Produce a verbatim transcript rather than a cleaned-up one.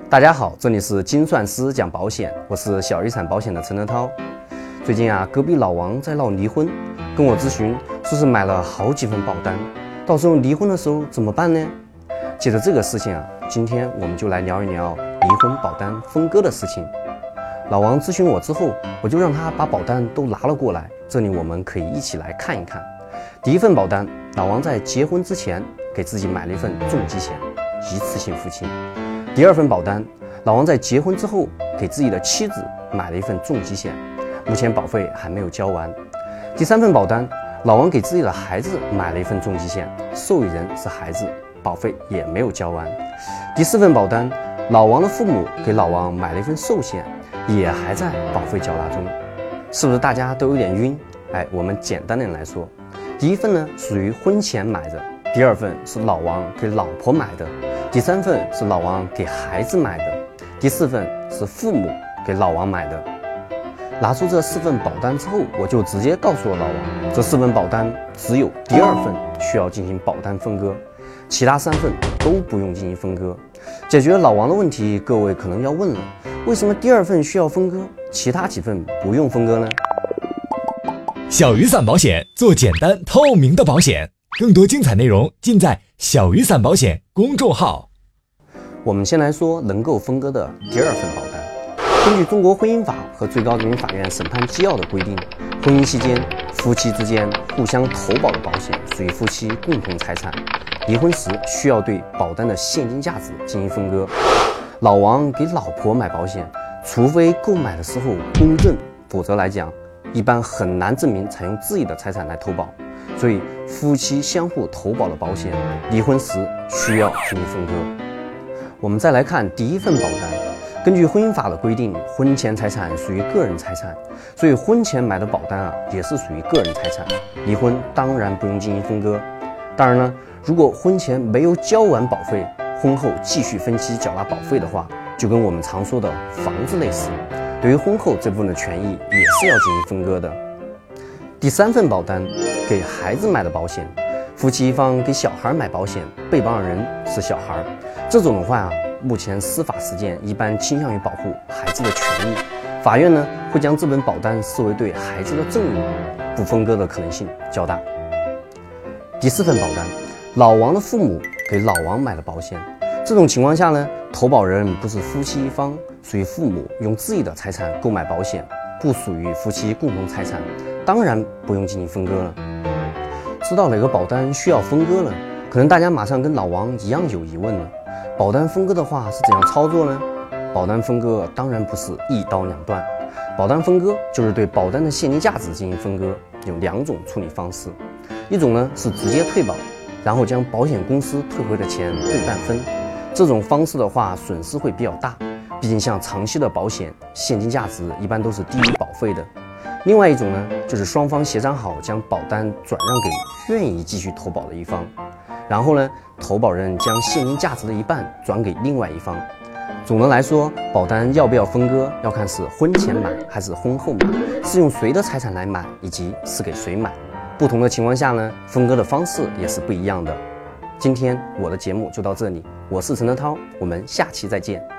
大家好，这里是精算师讲保险，我是小遗产保险的陈德涛。最近啊，隔壁老王在闹离婚，跟我咨询，说是买了好几份保单，到时候离婚的时候怎么办呢？借着这个事情啊，今天我们就来聊一聊离婚保单分割的事情。老王咨询我之后，我就让他把保单都拿了过来，这里我们可以一起来看一看。第一份保单，老王在结婚之前给自己买了一份重疾险，一次性付清。第二份保单，老王在结婚之后给自己的妻子买了一份重疾险，目前保费还没有交完。第三份保单，老王给自己的孩子买了一份重疾险，受益人是孩子，保费也没有交完。第四份保单，老王的父母给老王买了一份寿险，也还在保费缴纳中。是不是大家都有点晕？哎，我们简单点来说，第一份呢属于婚前买的，第二份是老王给老婆买的，第三份是老王给孩子买的，第四份是父母给老王买的。拿出这四份保单之后，我就直接告诉了老王，这四份保单只有第二份需要进行保单分割，其他三份都不用进行分割。解决老王的问题，各位可能要问了，为什么第二份需要分割，其他几份不用分割呢？ 小雨伞保险，做简单透明的保险，更多精彩内容尽在小雨伞保险公众号。 我们先来说能够分割的第二份保单。根据中国婚姻法和最高人民法院审判纪要的规定，婚姻期间夫妻之间互相投保的保险属于夫妻共同财产，离婚时需要对保单的现金价值进行分割。老王给老婆买保险，除非购买的时候公证，否则来讲一般很难证明采用自己的财产来投保，所以夫妻相互投保的保险，离婚时需要进行分割。我们再来看第一份保单，根据婚姻法的规定，婚前财产属于个人财产，所以婚前买的保单啊也是属于个人财产，离婚当然不用进行分割。当然呢，如果婚前没有交完保费，婚后继续分期缴纳保费的话，就跟我们常说的房子类似，对于婚后这部分的权益也是要进行分割的。第三份保单，给孩子买的保险，夫妻一方给小孩买保险，被保人是小孩，这种的话啊，目前司法实践一般倾向于保护孩子的权益，法院呢会将这本保单视为对孩子的赠与，不分割的可能性较大。第四份保单，老王的父母给老王买了保险，这种情况下呢，投保人不是夫妻一方，属于父母用自己的财产购买保险，不属于夫妻共同财产，当然不用进行分割了。知道哪个保单需要分割了，可能大家马上跟老王一样有疑问了，保单分割的话是怎样操作呢？保单分割当然不是一刀两断，保单分割就是对保单的现金价值进行分割，有两种处理方式，一种呢是直接退保，然后将保险公司退回的钱对半分，这种方式的话损失会比较大，毕竟像长期的保险，现金价值一般都是低于保费的。另外一种呢，就是双方协商好将保单转让给愿意继续投保的一方，然后呢，投保人将现金价值的一半转给另外一方。总的来说，保单要不要分割，要看是婚前买还是婚后买，是用谁的财产来买，以及是给谁买。不同的情况下呢，分割的方式也是不一样的。今天我的节目就到这里，我是陈德涛，我们下期再见。